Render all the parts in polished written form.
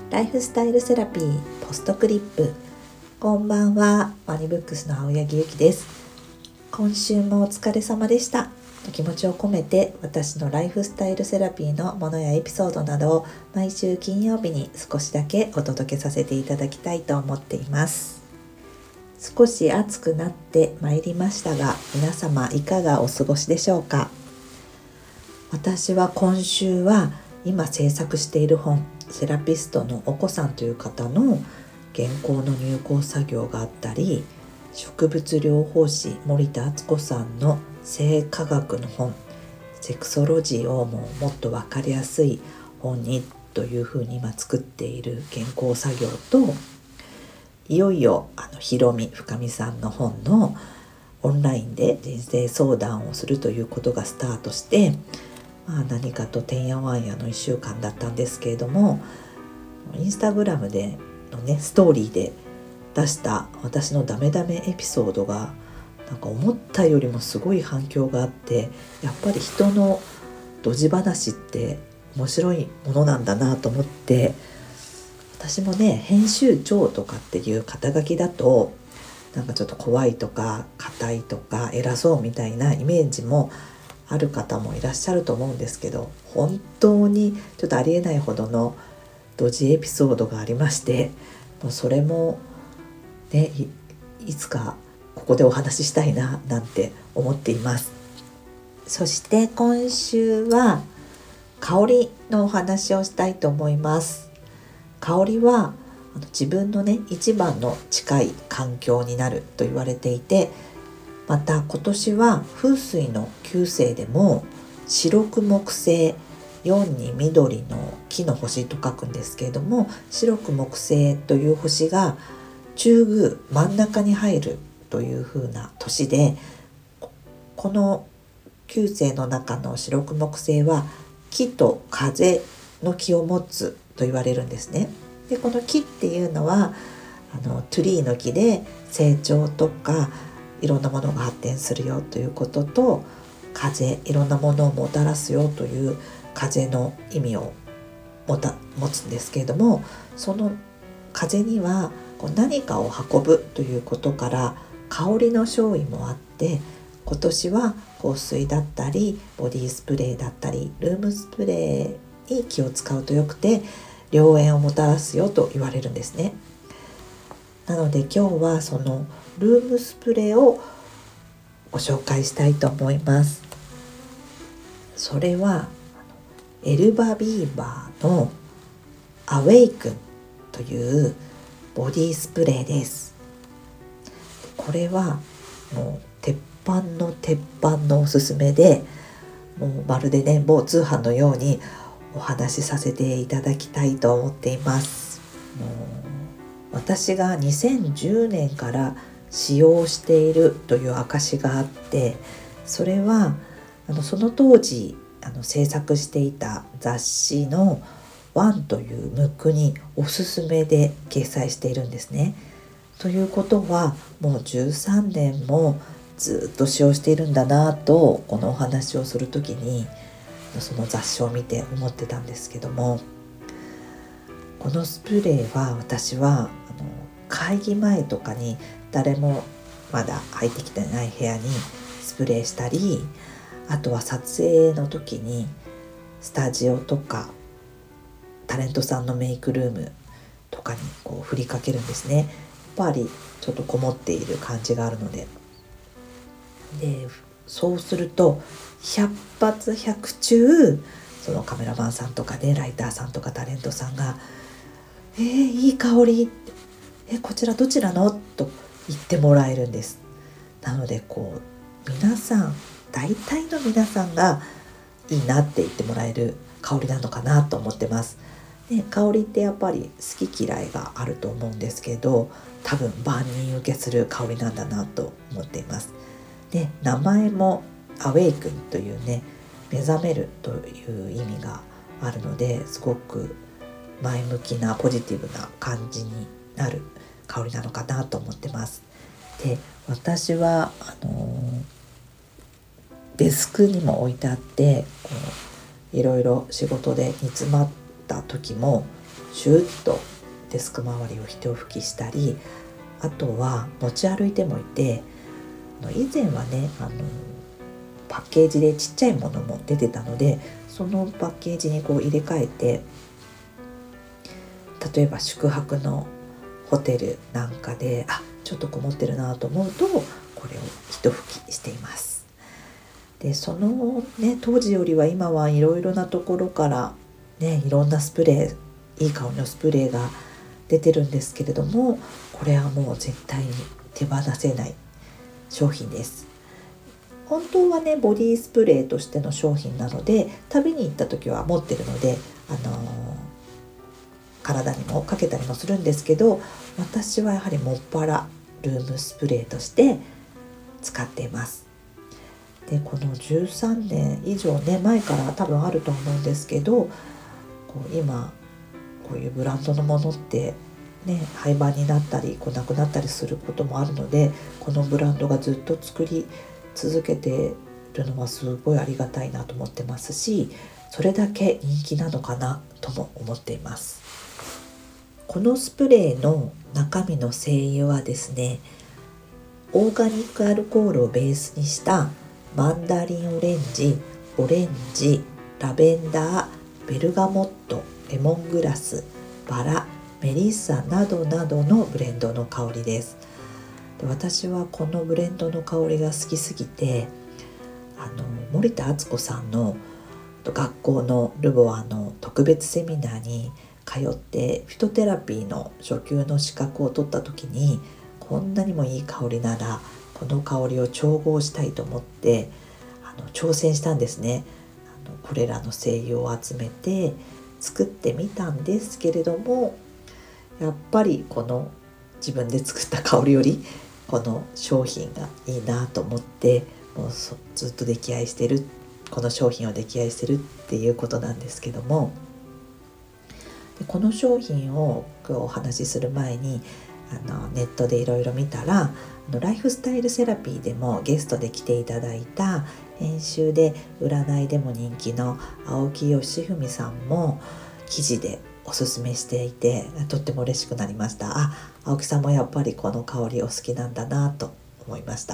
ライフスタイルセラピーポストクリップ。こんばんは、ワニブックスの青柳ゆきです。今週もお疲れ様でしたと気持ちを込めて、私のライフスタイルセラピーのものやエピソードなどを毎週金曜日に少しだけお届けさせていただきたいと思っています。少し暑くなってまいりましたが、皆様いかがお過ごしでしょうか。私は今週は今制作している本、セラピストのお子さんという方の原稿の入稿作業があったり、植物療法士森田敦子さんの性科学の本、セクソロジーをもっと分かりやすい本にというふうに今作っている原稿作業と、いよいよひろみ深みさんの本のオンラインで人生相談をするということがスタートして、何かとてんやわんやの1週間だったんですけれども、インスタグラムでのねストーリーで出した私のダメダメエピソードが思ったよりもすごい反響があって、やっぱり人のドジ話って面白いものなんだなと思って、私もね編集長とかっていう肩書きだとちょっと怖いとか硬いとか偉そうみたいなイメージもある方もいらっしゃると思うんですけど、本当にちょっとありえないほどのドジエピソードがありまして、もうそれもね いつかここでお話ししたいななんて思っています。そして今週は香りのお話をしたいと思います。香りは自分のね一番の近い環境になると言われていて、また今年は風水の九星でも白く木星、4に緑の木の星と書くんですけれども、白く木星という星が中宮真ん中に入るという風な年で、この九星の中の白く木星は木と風の気を持つと言われるんですね。でこの木っていうのはトゥリーの木で成長とかいろんなものが発展するよということと、風、いろんなものをもたらすよという風の意味を持つんですけれども、その風には何かを運ぶということから香りの勝意もあって、今年は香水だったりボディスプレーだったりルームスプレーに気を使うとよくて良縁をもたらすよと言われるんですね。なので今日はそのルームスプレーをご紹介したいと思います。それはエルバビーバーのアウェイクンというボディスプレーです。これはもう鉄板の鉄板のおすすめで、もうまるでね某通販のようにお話しさせていただきたいと思っています。もう私が2010年から使用しているという証があって、それはその当時制作していた雑誌のワンというムックにおすすめで掲載しているんですね。ということはもう13年もずっと使用しているんだなと、このお話をするときにその雑誌を見て思ってたんですけども、このスプレーは私は会議前とかに誰もまだ入ってきてない部屋にスプレーしたり、あとは撮影の時にスタジオとかタレントさんのメイクルームとかに振りかけるんですね。やっぱりちょっとこもっている感じがあるので、そうすると100発100中そのカメラマンさんとかでライターさんとかタレントさんがいい香り、こちらどちらのと言ってもらえるんです。なので皆さん、大体の皆さんがいいなって言ってもらえる香りなのかなと思ってます。香りってやっぱり好き嫌いがあると思うんですけど、多分万人受けする香りなんだなと思っています。で名前もアウェイクンというね、目覚めるという意味があるので、すごく前向きなポジティブな感じになる香りなのかなと思ってます。で私はデスクにも置いてあって、いろいろ仕事で煮詰まった時もシューッとデスク周りを一拭きしたり、あとは持ち歩いてもいて、以前はねパッケージでちっちゃいものも出てたので、そのパッケージに入れ替えて、例えば宿泊のホテルなんかでちょっとこもってるなと思うと、これを一拭きしています。でそのね当時よりは今はいろいろなところからね、いろんなスプレー、いい香りのスプレーが出てるんですけれども、これはもう絶対に手放せない商品です。本当はねボディスプレーとしての商品なので、旅に行った時は持ってるので、体にもかけたりもするんですけど、私はやはりもっぱらルームスプレーとして使っています。でこの13年以上ね前から多分あると思うんですけど、今こういうブランドのものってね廃盤になったりなくなったりすることもあるので、このブランドがずっと作り続けてるのはすごいありがたいなと思ってますし、それだけ人気なのかなとも思っています。このスプレーの中身の精油はですね、オーガニックアルコールをベースにしたマンダリンオレンジ、オレンジ、ラベンダー、ベルガモット、レモングラス、バラ、メリッサなどなどのブレンドの香りです。で私はこのブレンドの香りが好きすぎて、森田敦子さんの学校のルボアの特別セミナーに通ってフィトテラピーの初級の資格を取った時に、こんなにもいい香りならこの香りを調合したいと思って挑戦したんですね。これらの精油を集めて作ってみたんですけれども、やっぱりこの自分で作った香りよりこの商品がいいなと思って、もうずっとこの商品を溺愛してるっていうことなんですけども、この商品をお話しする前にネットでいろいろ見たら、ライフスタイルセラピーでもゲストで来ていただいた編集で占いでも人気の青木義文さんも記事でおすすめしていて、とっても嬉しくなりました。青木さんもやっぱりこの香りお好きなんだなと思いました。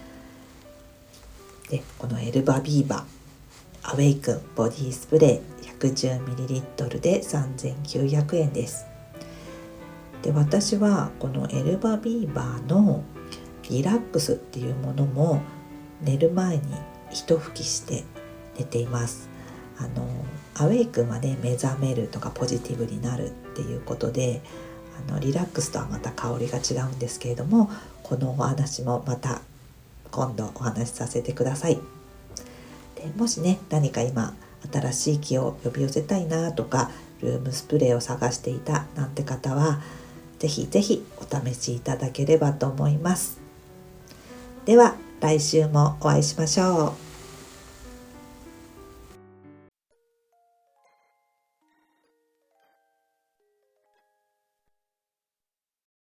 でこのエルバビーバアウェイクンボディスプレー 110ml で3900円です。で私はこのエルバビーバーのリラックスっていうものも寝る前に一吹きして寝ています。アウェイクンはね目覚めるとかポジティブになるっていうことで、リラックスとはまた香りが違うんですけれども、このお話もまた今度お話しさせてください。でもしね何か今新しい気を呼び寄せたいなとか、ルームスプレーを探していたなんて方はぜひぜひお試しいただければと思います。では来週もお会いしましょう。